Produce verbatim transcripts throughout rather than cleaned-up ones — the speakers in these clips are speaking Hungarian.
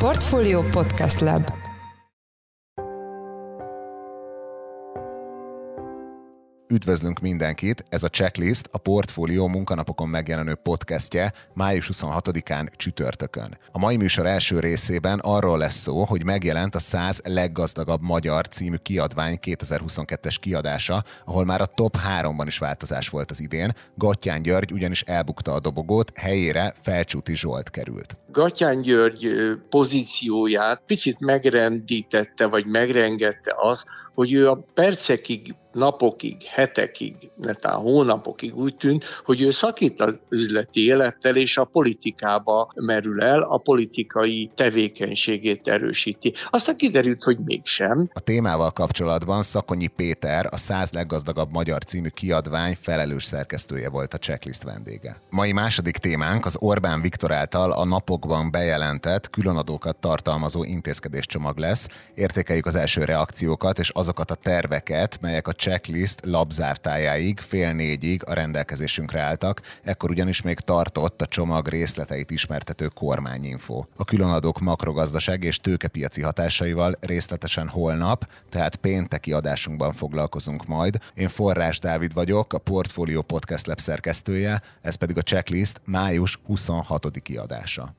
Portfolio Podcast Lab. Üdvözlünk mindenkit! Ez a Checklist a Portfolio munkanapokon megjelenő podcastje május huszonhatodikán csütörtökön. A mai műsor első részében arról lesz szó, hogy megjelent a száz leggazdagabb magyar című kiadvány kétezer-huszonkettes kiadása, ahol már a top háromban is változás volt az idén. Gattyán György ugyanis elbukta a dobogót, helyére Felcsúti Zsolt került. Gattyán György pozícióját picit megrendítette, vagy megrengette az, hogy ő a percekig, napokig, hetekig, netán hónapokig úgy tűnt, hogy ő szakít az üzleti élettel, és a politikába merül el, a politikai tevékenységét erősíti. Aztán kiderült, hogy mégsem. A témával kapcsolatban Szakonyi Péter, a száz leggazdagabb magyar című kiadvány felelős szerkesztője volt a Checklist vendége. Mai második témánk az Orbán Viktor által a napokban bejelentett különadókat tartalmazó intézkedéscsomag lesz. Értékeljük az első reakciókat és azokat a terveket, melyek a Checklist labzártájáig, fél négyig a rendelkezésünkre álltak, ekkor ugyanis még tartott a csomag részleteit ismertető kormányinfo. A különadók makrogazdaság és tőkepiaci hatásaival részletesen holnap, tehát pénteki adásunkban foglalkozunk majd. Én Forrás Dávid vagyok, a Portfolio Podcast Lab szerkesztője, ez pedig a Checklist május huszonhatodiki adása.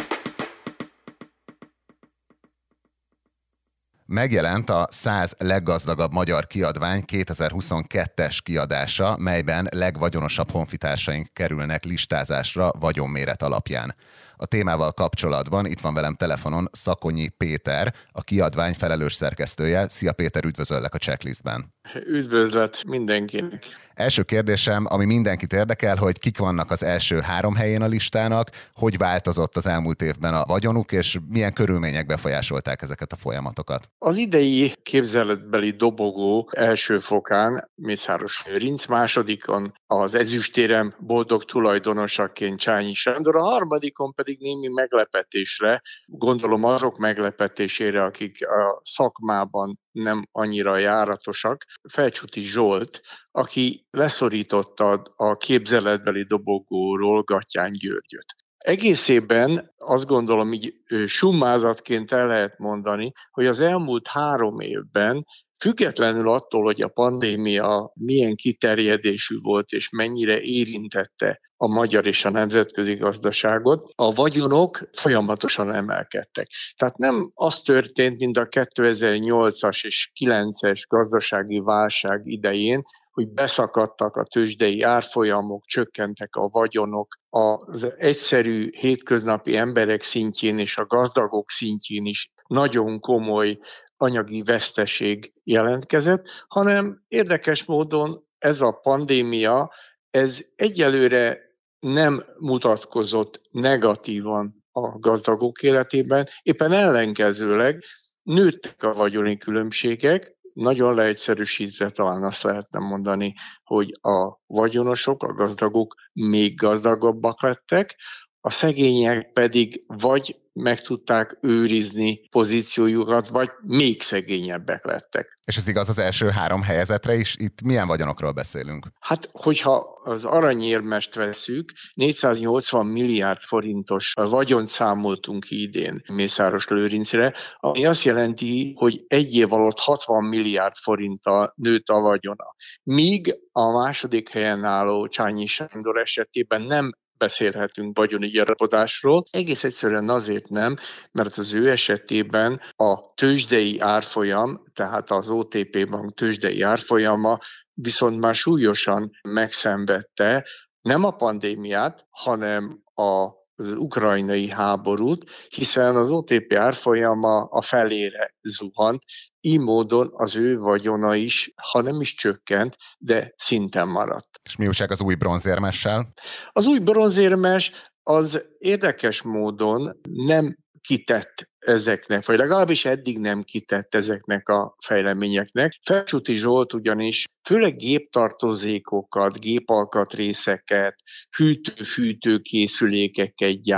Megjelent a száz leggazdagabb magyar kiadvány kétezer-huszonkettes kiadása, melyben legvagyonosabb honfitársaink kerülnek listázásra vagyonméret alapján. A témával kapcsolatban itt van velem telefonon Szakonyi Péter, a kiadvány felelős szerkesztője. Szia Péter, üdvözöllek a Checklistben. Üdvözlet mindenkinek. Első kérdésem, ami mindenkit érdekel, hogy kik vannak az első három helyén a listának, hogy változott az elmúlt évben a vagyonuk, és milyen körülmények befolyásolták ezeket a folyamatokat? Az idei képzeletbeli dobogó első fokán Mészáros Lőrinc, másodikon az ezüstérem boldog tulajdonosaként Csányi Sándor, a harmadikon pedig némi meglepetésre, gondolom azok meglepetésére, akik a szakmában nem annyira járatosak, Felcsúti Zsolt, aki leszorította a képzeletbeli dobogóról Gattyán Györgyöt. Egészében azt gondolom, így summázatként el lehet mondani, hogy az elmúlt három évben függetlenül attól, hogy a pandémia milyen kiterjedésű volt és mennyire érintette a magyar és a nemzetközi gazdaságot, a vagyonok folyamatosan emelkedtek. Tehát nem az történt, mint a kétezer-nyolcas és kilences gazdasági válság idején, hogy beszakadtak a tőzsdei árfolyamok, csökkentek a vagyonok, az egyszerű hétköznapi emberek szintjén és a gazdagok szintjén is nagyon komoly anyagi veszteség jelentkezett, hanem érdekes módon ez a pandémia, ez egyelőre nem mutatkozott negatívan a gazdagok életében, éppen ellenkezőleg nőttek a vagyoni különbségek. Nagyon leegyszerűsítve talán azt lehetne mondani, hogy a vagyonosok, a gazdagok még gazdagabbak lettek, a szegények pedig vagy meg tudták őrizni pozíciójukat, vagy még szegényebbek lettek. És ez igaz az első három helyezetre is? Itt milyen vagyonokról beszélünk? Hát, hogyha az aranyérmest vesszük, négyszáznyolcvan milliárd forintos vagyont számoltunk ki idén Mészáros Lőrincre, ami azt jelenti, hogy egy év alatt hatvan milliárd forinttal nőtt a vagyona. Míg a második helyen álló Csányi Sándor esetében nem beszélhetünk vagyoni gyarapodásról. Egész egyszerűen azért nem, mert az ő esetében a tőzsdei árfolyam, tehát az o té pé Bank tőzsdei árfolyama viszont már súlyosan megszenvedte nem a pandémiát, hanem a az ukrajnai háborút, hiszen az o té pé árfolyama a felére zuhant, így módon az ő vagyona is, ha nem is csökkent, de szinten maradt. És mi újság az új bronzérmessel? Az új bronzérmes az érdekes módon nem kitett ezeknek, vagy legalábbis eddig nem kitett ezeknek a fejleményeknek. Felcsúti Zsolt ugyanis főleg géptartozékokat, gépalkatrészeket, hűtő-fűtő készülékeket gyárt,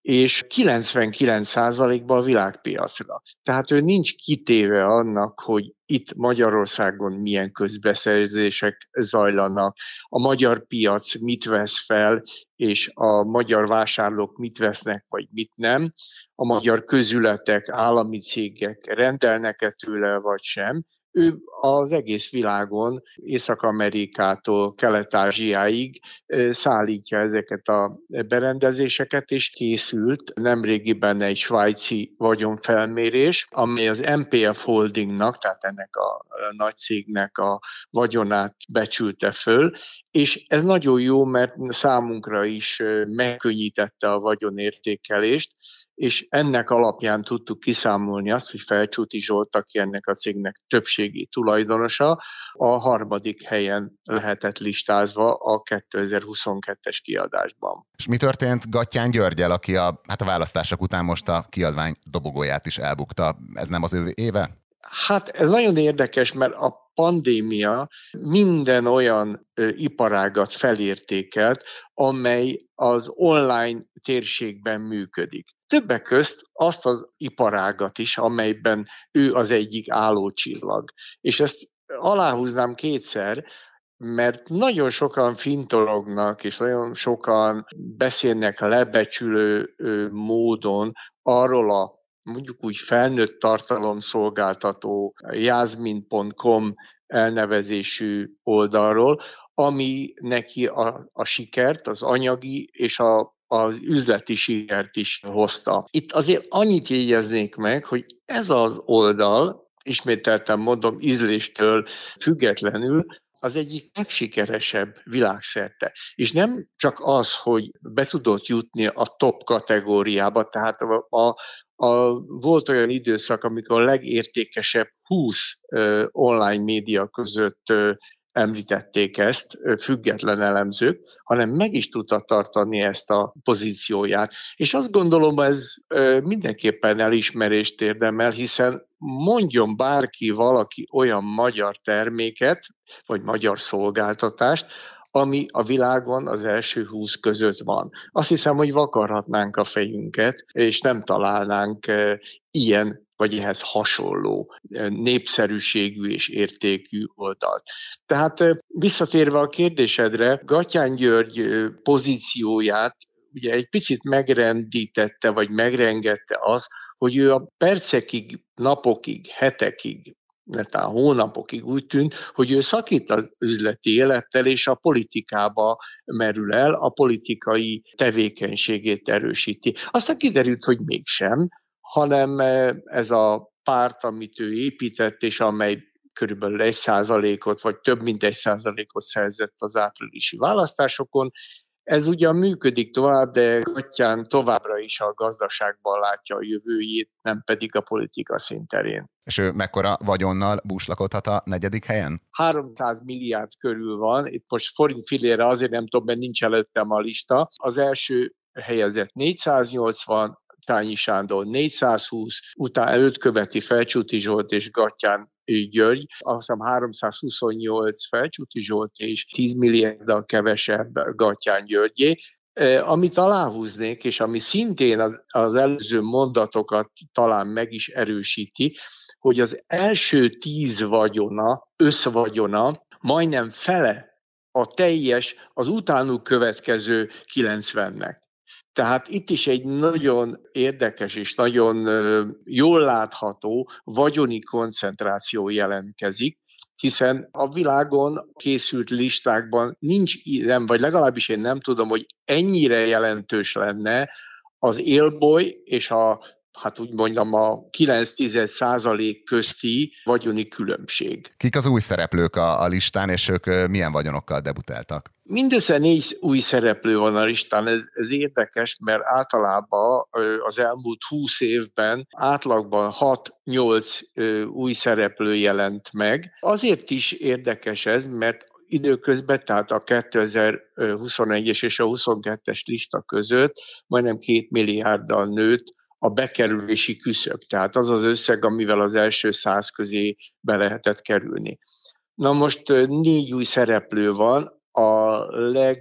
és kilencvenkilenc százalékban a világpiacra. Tehát ő nincs kitéve annak, hogy itt Magyarországon milyen közbeszerzések zajlanak, a magyar piac mit vesz fel, és a magyar vásárlók mit vesznek, vagy mit nem, a magyar közületek, állami cégek rendelnek-e tőle, vagy sem. Ő az egész világon, Észak-Amerikától Kelet-Ázsiáig szállítja ezeket a berendezéseket, és készült nemrégiben egy svájci vagyonfelmérés, amely az em pé ef Holdingnak, tehát ennek a nagy cégnek a vagyonát becsülte föl, és ez nagyon jó, mert számunkra is megkönnyítette a vagyonértékelést, és ennek alapján tudtuk kiszámolni azt, hogy Felcsúti Zsolt, aki ennek a cégnek többségi tulajdonosa, a harmadik helyen lehetett listázva a kétezer-huszonkettes kiadásban. És mi történt Gattyán Györggyel, aki a, hát a választások után most a kiadvány dobogóját is elbukta? Ez nem az ő éve? Hát ez nagyon érdekes, mert a pandémia minden olyan ö, iparágat felértékelt, amely az online térségben működik. Többek közt azt az iparágat is, amelyben ő az egyik állócsillag. És ezt aláhúznám kétszer, mert nagyon sokan fintorognak, és nagyon sokan beszélnek lebecsülő módon arról a mondjuk úgy felnőtt tartalomszolgáltató jászmin pont com elnevezésű oldalról, ami neki a, a sikert, az anyagi és a, az üzleti sikert is hozta. Itt azért annyit jegyeznék meg, hogy ez az oldal, ismételten mondom, ízléstől függetlenül, az egyik legsikeresebb világszerte. És nem csak az, hogy be tudott jutni a top kategóriába, tehát a, a, a, volt olyan időszak, amikor a legértékesebb húsz uh, online média között uh, említették ezt, uh, független elemzők, hanem meg is tudta tartani ezt a pozícióját. És azt gondolom, ez uh, mindenképpen elismerést érdemel, hiszen mondjon bárki, valaki olyan magyar terméket, vagy magyar szolgáltatást, ami a világon az első húsz között van. Azt hiszem, hogy vakarhatnánk a fejünket, és nem találnánk ilyen, vagy ehhez hasonló népszerűségű és értékű oldalt. Tehát visszatérve a kérdésedre, Gattyán György pozícióját ugye egy picit megrendítette, vagy megrengette az, hogy ő a percekig, napokig, hetekig, netán hónapokig úgy tűnt, hogy ő szakít az üzleti élettel, és a politikába merül el, a politikai tevékenységét erősíti. Aztán kiderült, hogy mégsem, hanem ez a párt, amit ő épített, és amely körülbelül egy százalékot, vagy több mint egy százalékot szerzett az áprilisi választásokon, ez ugyan működik tovább, de Gattyán továbbra is a gazdaságban látja a jövőjét, nem pedig a politika színterén. És ő mekkora vagyonnal búslakodhat a negyedik helyen? háromszáz milliárd körül van, itt most forint fillére azért nem tudom, mert nincs előttem a lista. Az első helyezett négyszáznyolcvan, Csányi Sándor négyszázhúsz, utána előtt követi Felcsúti Zsolt és Gattyán György, azt hiszem háromszázhuszonnyolc Felcsúti Zsolt és tíz milliárddal kevesebb Gattyán Györgyé. Amit aláhúznék, és ami szintén az, az előző mondatokat talán meg is erősíti, hogy az első tíz vagyona, összvagyona majdnem fele a teljes, az utánuk következő kilencvennek. Tehát itt is egy nagyon érdekes és nagyon jól látható vagyoni koncentráció jelentkezik, hiszen a világon készült listákban nincs ilyen, vagy legalábbis én nem tudom, hogy ennyire jelentős lenne az élboly és a, hát úgy mondjam, a kilenc százalék közti vagyoni különbség. Kik az új szereplők a, a listán, és ők milyen vagyonokkal debutáltak? Mindössze négy új szereplő van a listán, ez, ez érdekes, mert általában az elmúlt húsz évben átlagban hat-nyolc új szereplő jelent meg. Azért is érdekes ez, mert időközben, tehát a kétezer-huszonegyes és a huszonkettes lista között majdnem két milliárddal nőtt a bekerülési küszöb, tehát az az összeg, amivel az első száz közé be lehetett kerülni. Na most négy új szereplő van, a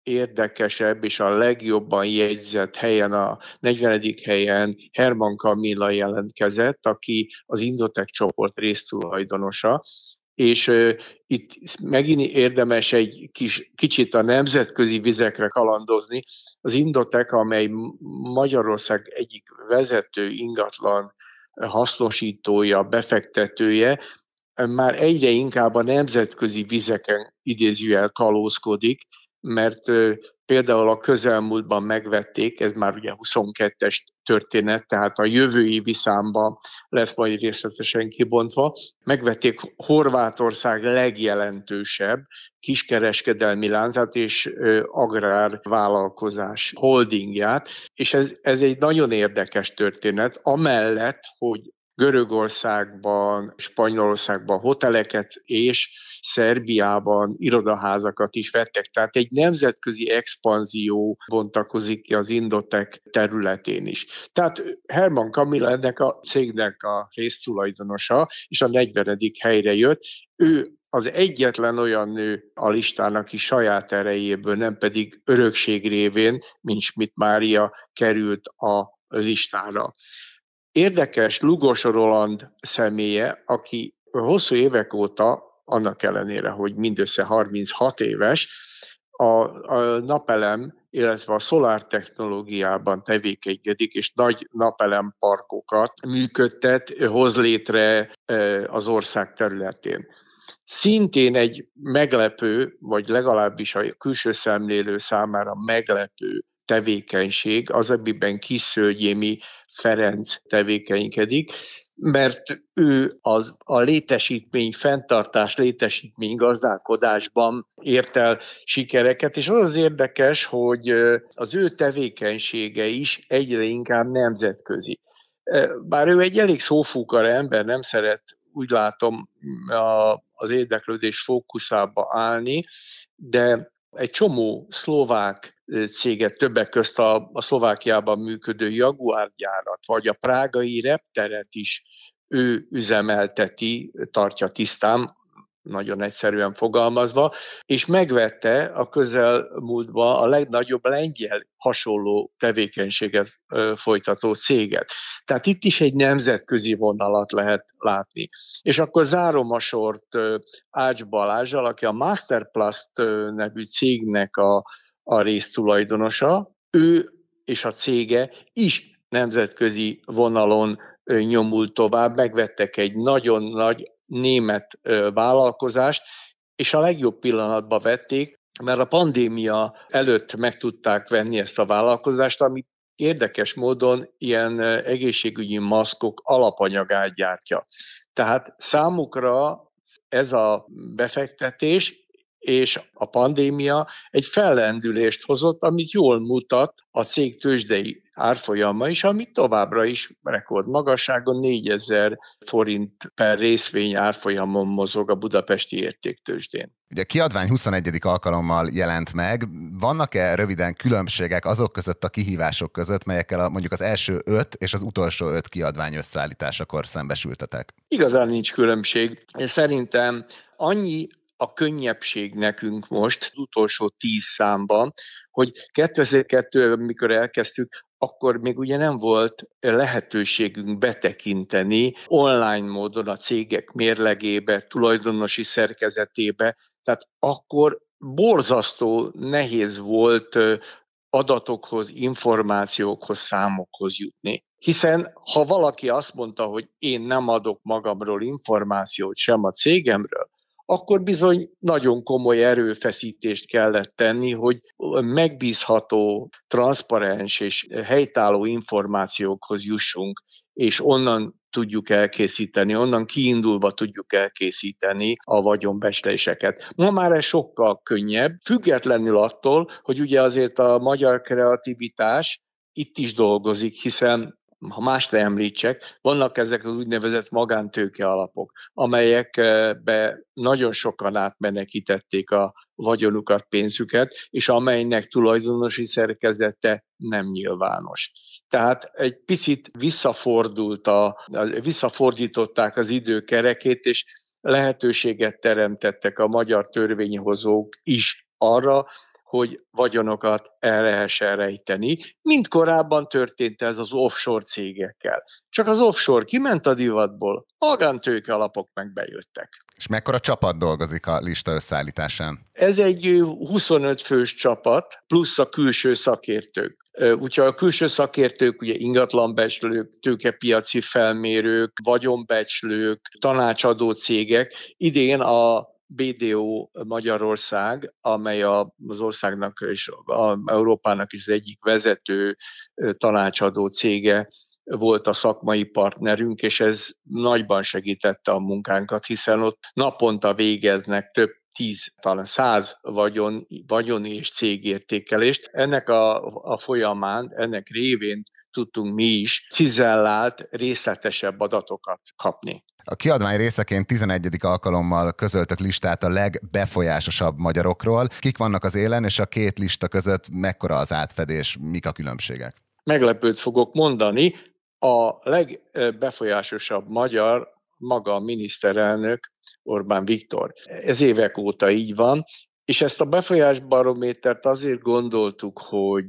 legérdekesebb és a legjobban jegyzett helyen, a negyvenedik helyen Herman Kamilla jelentkezett, aki az Indotek csoport résztulajdonosa, és uh, itt megint érdemes egy kis, kicsit a nemzetközi vizekre kalandozni. Az Indotek, amely Magyarország egyik vezető ingatlan hasznosítója, befektetője, már egyre inkább a nemzetközi vizeken idézőjel kalózkodik, mert uh, például a közelmúltban megvették, ez már ugye huszonkettes történet, tehát a jövő évi számban lesz majd részletesen kibontva, megvették Horvátország legjelentősebb kiskereskedelmi láncát és uh, agrárvállalkozás holdingját, és ez, ez egy nagyon érdekes történet, amellett, hogy Görögországban, Spanyolországban hoteleket és Szerbiában irodaházakat is vettek. Tehát egy nemzetközi expanzió bontakozik ki az Indotek területén is. Tehát Herman Kamilla ennek a cégnek a résztulajdonosa, és a negyvenedik helyre jött. Ő az egyetlen olyan nő a listán, aki saját erejéből, nem pedig örökség révén, mint Schmidt Mária került a listára. Érdekes Lugos Roland személye, aki hosszú évek óta, annak ellenére, hogy mindössze harminchat éves, a, a napelem, illetve a szolár technológiában tevékenykedik, és nagy napelem parkokat működtet, hoz létre az ország területén. Szintén egy meglepő, vagy legalábbis a külső szemlélő számára meglepő tevékenység az, amiben Kisszőgyémi Ferenc tevékenykedik, mert ő az, a létesítmény fenntartás, létesítmény gazdálkodásban ért el sikereket, és az az érdekes, hogy az ő tevékenysége is egyre inkább nemzetközi. Bár ő egy elég szófúkar ember, nem szeret, úgy látom, az érdeklődés fókuszába állni, de egy csomó szlovák céget, többek közt a, a Szlovákiában működő Jaguar gyárat, vagy a prágai repteret is ő üzemelteti, tartja tisztán, nagyon egyszerűen fogalmazva, és megvette a közelmúltban a legnagyobb lengyel hasonló tevékenységet folytató céget. Tehát itt is egy nemzetközi vonalat lehet látni. És akkor zárom a sort Ács Balázsral, aki a Masterplast nevű cégnek a, a résztulajdonosa. Ő és a cége is nemzetközi vonalon nyomult tovább, megvettek egy nagyon nagy német vállalkozást, és a legjobb pillanatban vették, mert a pandémia előtt meg tudták venni ezt a vállalkozást, ami érdekes módon ilyen egészségügyi maszkok alapanyagát gyártja. Tehát számukra ez a befektetés és a pandémia egy fellendülést hozott, amit jól mutat a cég tőzsdei árfolyama is, ami továbbra is rekordmagasságon négyezer forint per részvény árfolyamon mozog a budapesti értéktőzsdén. Ugye a kiadvány huszonegyedik alkalommal jelent meg. Vannak-e röviden különbségek azok között a kihívások között, melyekkel a, mondjuk az első öt és az utolsó öt kiadvány összeállításakor szembesültetek? Igazán nincs különbség. Szerintem annyi a könnyebbség nekünk most, az utolsó tíz számban, hogy kétezer-kettőben, amikor elkezdtük, akkor még ugye nem volt lehetőségünk betekinteni online módon a cégek mérlegébe, tulajdonosi szerkezetébe, tehát akkor borzasztó nehéz volt adatokhoz, információkhoz, számokhoz jutni. Hiszen ha valaki azt mondta, hogy én nem adok magamról információt sem a cégemről, akkor bizony nagyon komoly erőfeszítést kellett tenni, hogy megbízható, transzparens és helytálló információkhoz jussunk, és onnan tudjuk elkészíteni, onnan kiindulva tudjuk elkészíteni a vagyonbecsléseket. Ma már ez sokkal könnyebb, függetlenül attól, hogy ugye azért a magyar kreativitás itt is dolgozik, hiszen ha mást említsek, vannak ezek az úgynevezett magántőke alapok, amelyekbe nagyon sokan átmenekítették a vagyonukat, pénzüket, és amelynek tulajdonosi szerkezete nem nyilvános. Tehát egy picit visszafordult a, visszafordították az idő kerekét, és lehetőséget teremtettek a magyar törvényhozók is arra, hogy vagyonokat el lehessen rejteni, mint korábban történt ez az offshore cégekkel. Csak az offshore kiment a divatból, magántőke alapok meg bejöttek. És mekkora csapat dolgozik a lista összeállításán? Ez egy huszonöt fős csapat, plusz a külső szakértők. Úgyhogy a külső szakértők ugye ingatlanbecslők, tőkepiaci felmérők, vagyonbecslők, tanácsadó cégek. Idén a bé dé o Magyarország, amely az országnak és az Európának is az egyik vezető tanácsadó cége volt a szakmai partnerünk, és ez nagyban segítette a munkánkat, hiszen ott naponta végeznek több tíz, talán száz vagyon, vagyoni és cégértékelést. Ennek a, a folyamán, ennek révén tudtunk mi is cizellált, részletesebb adatokat kapni. A kiadvány részeként tizenegyedik alkalommal közöltök listát a legbefolyásosabb magyarokról. Kik vannak az élen, és a két lista között mekkora az átfedés, mik a különbségek? Meglepőt fogok mondani, a legbefolyásosabb magyar maga a miniszterelnök, Orbán Viktor. Ez évek óta így van, és ezt a befolyásbarométert azért gondoltuk, hogy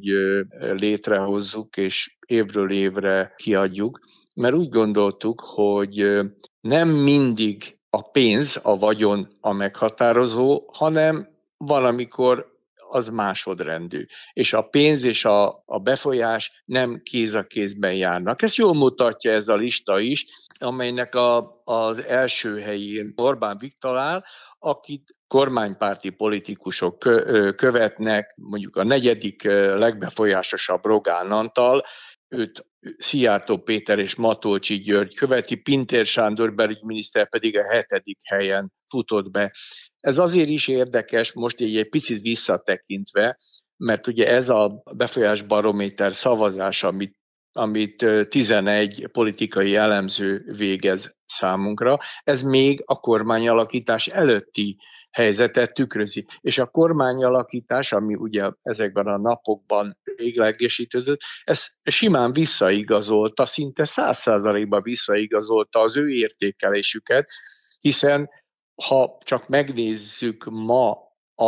létrehozzuk, és évről évre kiadjuk, mert úgy gondoltuk, hogy nem mindig a pénz, a vagyon a meghatározó, hanem valamikor az másodrendű. És a pénz és a, a befolyás nem kéz a kézben járnak. Ezt jól mutatja ez a lista is, amelynek a, az első helyén Orbán Viktor áll, akit kormánypárti politikusok követnek, mondjuk a negyedik legbefolyásosabb Rogán Antal, őt Szijjártó Péter és Matolcsy György követi, Pintér Sándor belügyminiszter pedig a hetedik helyen futott be. Ez azért is érdekes, most így egy picit visszatekintve, mert ugye ez a befolyásbarométer szavazás, amit, amit tizenegy politikai elemző végez számunkra, ez még a kormányalakítás előtti helyzetet tükrözi. És a kormányalakítás, ami ugye ezekben a napokban véglegesítődött, ez simán visszaigazolta, szinte száz százalékban visszaigazolta az ő értékelésüket, hiszen ha csak megnézzük ma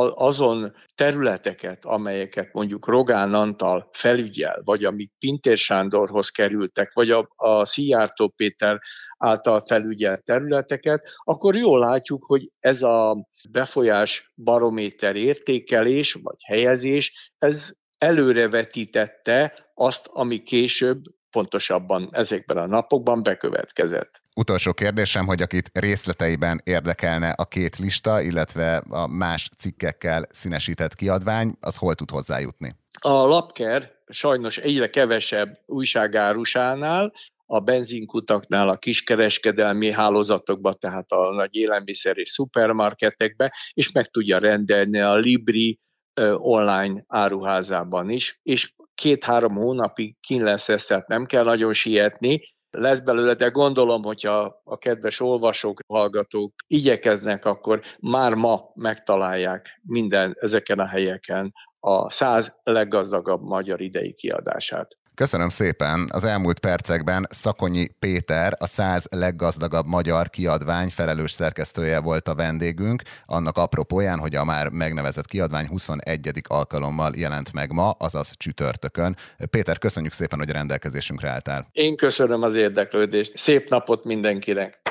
azon területeket, amelyeket mondjuk Rogán Antal felügyel, vagy amik Pintér Sándorhoz kerültek, vagy a, a Szijjártó Péter által felügyelt területeket, akkor jól látjuk, hogy ez a befolyás barométer értékelés, vagy helyezés, ez előrevetítette azt, ami később, pontosabban ezekben a napokban bekövetkezett. Utolsó kérdésem, hogy akit részleteiben érdekelne a két lista, illetve a más cikkekkel színesített kiadvány, az hol tud hozzájutni? A Lapker sajnos egyre kevesebb újságárusánál, a benzinkutaknál, a kiskereskedelmi hálózatokban, tehát a nagy élelmiszer és szupermarketekben, és meg tudja rendelni a Libri online áruházában is, és két-három hónapig kín lesz ez, tehát nem kell nagyon sietni, lesz belőle, de gondolom, hogyha a kedves olvasók, hallgatók igyekeznek, akkor már ma megtalálják minden ezeken a helyeken a száz leggazdagabb magyar idei kiadását. Köszönöm szépen! Az elmúlt percekben Szakonyi Péter, a száz leggazdagabb magyar kiadvány felelős szerkesztője volt a vendégünk, annak apropóján, hogy a már megnevezett kiadvány huszonegyedik alkalommal jelent meg ma, azaz csütörtökön. Péter, köszönjük szépen, hogy rendelkezésünkre álltál. Én köszönöm az érdeklődést. Szép napot mindenkinek!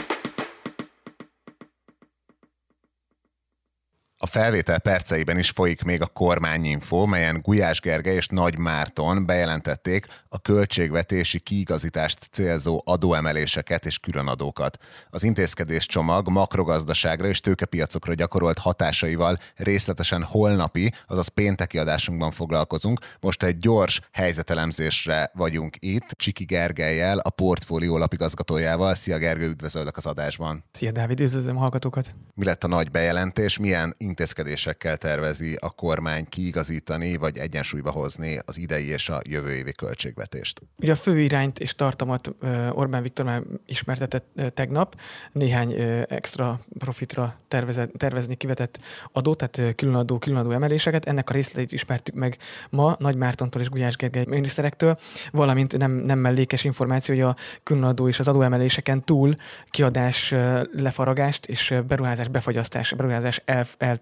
A felvétel perceiben is folyik még a kormányinfó, melyen Gulyás Gergely és Nagy Márton bejelentették a költségvetési kiigazítást célzó adóemeléseket és különadókat. Az intézkedéscsomag makrogazdaságra és tőkepiacokra gyakorolt hatásaival részletesen holnapi, azaz pénteki adásunkban foglalkozunk. Most egy gyors helyzetelemzésre vagyunk itt, Csiki Gergellyel, a Portfólió lapigazgatójával. Szia Gergő, üdvözöllek az adásban. Szia Dávid, üdvözlöm a hallgatókat. Mi lett a nagy bejelentés, milyen intézkedésekkel tervezi a kormány kiigazítani vagy egyensúlyba hozni az idei és a jövő évi költségvetést? Ugye a fő irányt és tartalmat Orbán Viktor már ismertetett tegnap, néhány extra profitra tervezett, tervezni kivetett adót, tehát különadó, különadó emeléseket. Ennek a részleteit ismertük meg ma Nagy Mártontól és Gulyás Gergely miniszterektől, valamint nem, nem mellékes információ, hogy a különadó és az adóemeléseken túl kiadás lefaragást és beruházás befagyasztás, beruházás el, eltolás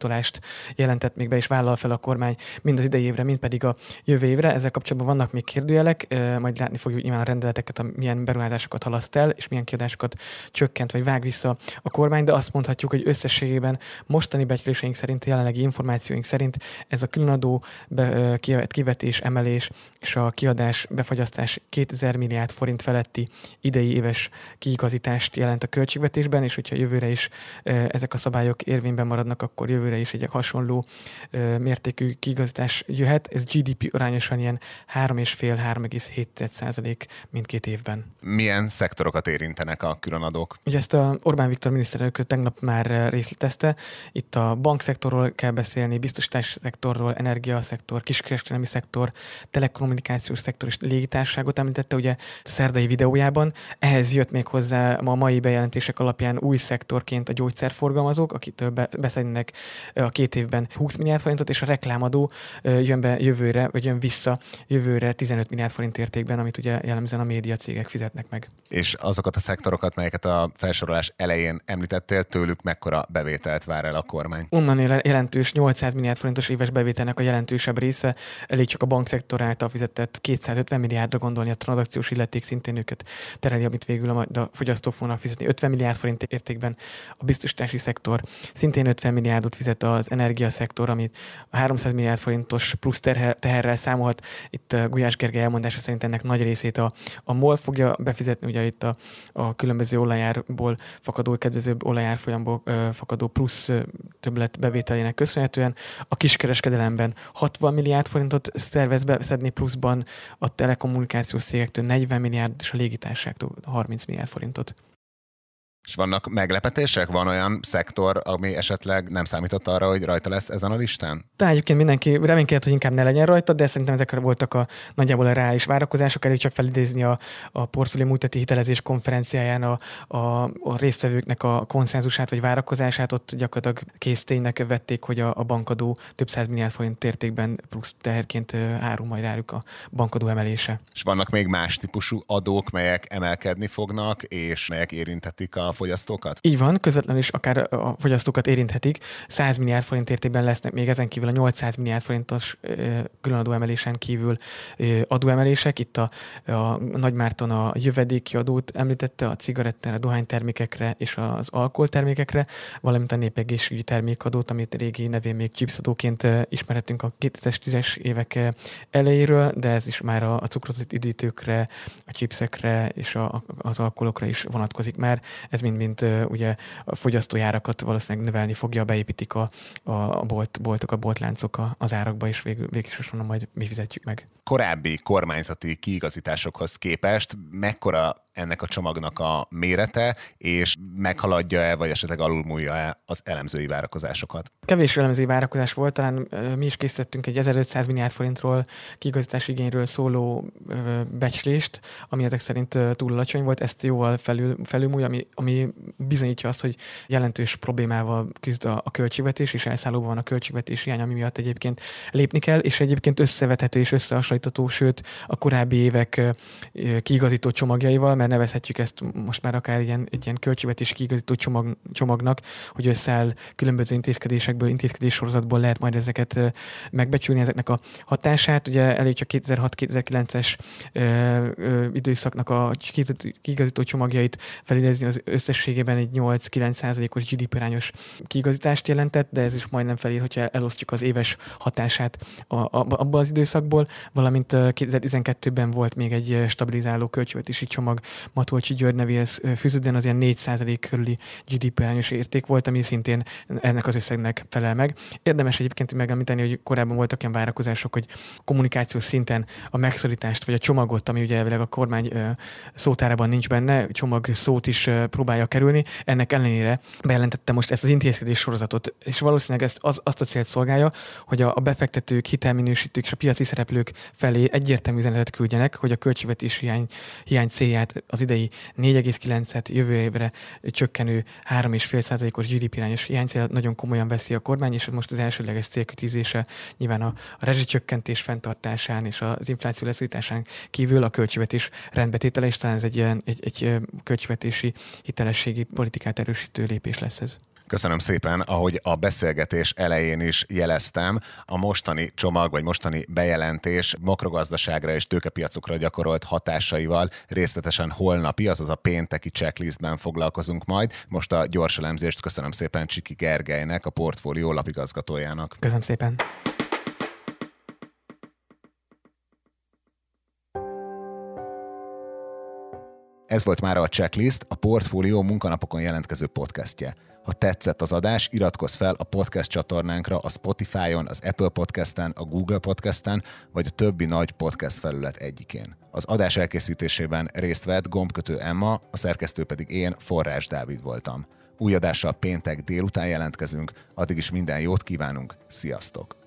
kamatemeléscsomagcsatolást jelentett még be, és vállal fel a kormány mind az idei évre, mind pedig a jövő évre. Ezzel kapcsolatban vannak még kérdőjelek, majd látni fogjuk nyilván a rendeleteket, milyen beruházásokat halaszt el, és milyen kiadásokat csökkent vagy vág vissza a kormány, de azt mondhatjuk, hogy összességében mostani becsléseink szerint, jelenlegi információink szerint ez a különadó kivetés, emelés és a kiadás, befagyasztás kétezer milliárd forint feletti idei éves kiigazítást jelent a költségvetésben, és hogyha jövőre is ezek a szabályok érvényben maradnak, akkor jövőre is egy hasonló mértékű kiigazítás jöhet. Ez gé dé pé arányosan ilyen három egész öt három egész hét százalék mindkét évben. Milyen szektorokat érintenek a különadók? Ugye ezt a Orbán Viktor miniszterelnök tegnap már részletezte. Itt a bankszektorról kell beszélni, biztosítási szektorról, energiaszektor, kiskereskedelmi szektor, telekommunikációs szektor és légitársaságot említette ugye a szerdai videójában. Ehhez jött még hozzá a mai bejelentések alapján új szektorként a gyógyszerforgalmazók, akitől beszednek a két évben húsz milliárd forintot, és a reklámadó jön be jövőre, vagy jön vissza jövőre tizenöt milliárd forint értékben, amit ugye jellemzően a média cégek fizetnek meg. És azokat a szektorokat, melyeket a felsorolás elején említettél, tőlük mekkora bevételt vár el a kormány? Onnan jelentős nyolcszáz milliárd forintos éves bevételnek a jelentősebb része, elég csak a bankszektor által fizetett kétszázötven milliárdra gondolni, a tranzakciós illeték szintén őket tereli, amit végül a fogyasztók fognak fizetni. ötven milliárd forint értékben a biztosítási szektor, szintén ötven milliárdot fizet az energiaszektor, amit a háromszáz milliárd forintos plusz teherrel számolhat. Itt Gulyás Gergely elmondása szerint ennek nagy részét a, a MOL fogja befizetni, ugye itt a, a különböző olajárból fakadó, kedvezőbb olajárfolyamból ö, fakadó plusz ö, többlet bevételének köszönhetően. A kiskereskedelemben hatvan milliárd forintot tervez beszedni pluszban, a telekommunikációs cégektől negyven milliárd, és a légitársaságtól harminc milliárd forintot. És vannak meglepetések? Van olyan szektor, ami esetleg nem számított arra, hogy rajta lesz ezen a listán? Talán egyébként mindenki reménykedett, hogy inkább ne legyen rajta, de szerintem ezekre voltak a nagyjából a reális várakozások. Elég csak felidézni a, a portfólió múlt heti hitelezés konferenciáján a, a, a résztvevőknek a konszenzusát vagy várakozását. Ott gyakorlatilag készténynek vették, hogy a, a bankadó több száz milliárd forint értékben plusz teherként hárul majd rájuk a bankadó emelése. És vannak még más típusú adók, melyek emelkedni fognak, és melyek érintetik a fogyasztókat? Így van, közvetlenül is akár a fogyasztókat érinthetik. száz milliárd forint értékben lesznek még ezen kívül a nyolcszáz milliárd forintos különadó emelésen kívül adóemelések. Itt a, a Nagymárton a jövedéki adót említette, a cigarettára, a dohánytermékekre és az alkoholtermékekre, valamint a népegészségügyi termékadót, amit régi nevén még chipsadóként ismerhetünk a kétezres évek elejéről, de ez is már a, a cukrozott üdítőkre, a chipsekre és a, az alkoholokra is vonatkozik már. Ez mind-mind ugye a fogyasztójárakat valószínűleg növelni fogja, beépítik a, a bolt, boltok, a boltláncok az árakba, és végül, végül majd mi fizetjük meg. Korábbi kormányzati kiigazításokhoz képest mekkora ennek a csomagnak a mérete, és meghaladja-e, vagy esetleg alulmúlja-e az elemzői várakozásokat? Kevés elemzői várakozás volt, talán mi is készítettünk egy ezerötszáz milliárd forintról kiigazítási igényről szóló becslést, ami ezek szerint túl alacsony volt, ezt jóval felül, felülmúlja, ami, ami bizonyítja azt, hogy jelentős problémával küzd a, a költségvetés, és elszállóban van a költségvetés hiány, ami miatt egyébként lépni kell, és egyébként összevethető és összehasonlítható, sőt a korábbi évek kiigazító csomagjaival, mert nevezhetjük ezt most már akár ilyen, egy ilyen költségvetési kiigazító csomag, csomagnak, hogy összeáll különböző intézkedésekből, intézkedés sorozatból lehet majd ezeket megbecsülni, ezeknek a hatását. Ugye elég csak kétezer-hat kétezer-kilences időszaknak a kiigazító csomagjait felidézni, az összességében egy nyolc-kilenc százalékos gé dé pé arányos kiigazítást jelentett, de ez is majdnem felér, hogyha elosztjuk az éves hatását a, a, abban az időszakból, valamint kétezer-tizenkettőben volt még egy stabilizáló költségvetési csomag, Matolcsi György nevéhez fűződően, az ilyen négy százalék körüli gé dé pé arányos érték volt, ami szintén ennek az összegnek felel meg. Érdemes egyébként megemlíteni, hogy korábban voltak olyan várakozások, hogy kommunikációs szinten a megszorítást, vagy a csomagot, ami ugye elvileg a kormány szótárában nincs benne, csomag szót is próbálja kerülni, ennek ellenére bejelentette most ezt az intézkedés sorozatot, és valószínűleg ezt az, azt a célt szolgálja, hogy a, a befektetők, hitelminősítők és a piaci szereplők felé egyértelmű üzenetet küldjenek, hogy a költségvetés hiány, hiány célját, az idei négy egész kilencet jövő évre csökkenő három egész öt százalékos gé dé pé arányos hiánycélt nagyon komolyan veszi a kormány, és most az elsődleges célkitűzése nyilván a, a rezsicsökkentés fenntartásán és az infláció leszorításán kívül a költségvetés rendbetétele, és talán ez egy, egy, egy költségvetési hitelességi politikát erősítő lépés lesz ez. Köszönöm szépen, ahogy a beszélgetés elején is jeleztem, a mostani csomag vagy mostani bejelentés makrogazdaságra és tőkepiacokra gyakorolt hatásaival részletesen holnapi, azaz a pénteki checklistben foglalkozunk majd. Most a gyors elemzést köszönöm szépen Csiki Gergelynek, a Portfólió lapigazgatójának. Köszönöm szépen. Ez volt már a Checklist, a Portfólió munkanapokon jelentkező podcastje. Ha tetszett az adás, iratkozz fel a podcast csatornánkra a Spotify-on, az Apple Podcasten, a Google Podcasten, vagy a többi nagy podcast felület egyikén. Az adás elkészítésében részt vett Gombkötő Emma, a szerkesztő pedig én, Forrás Dávid voltam. Új adással péntek délután jelentkezünk, addig is minden jót kívánunk, sziasztok!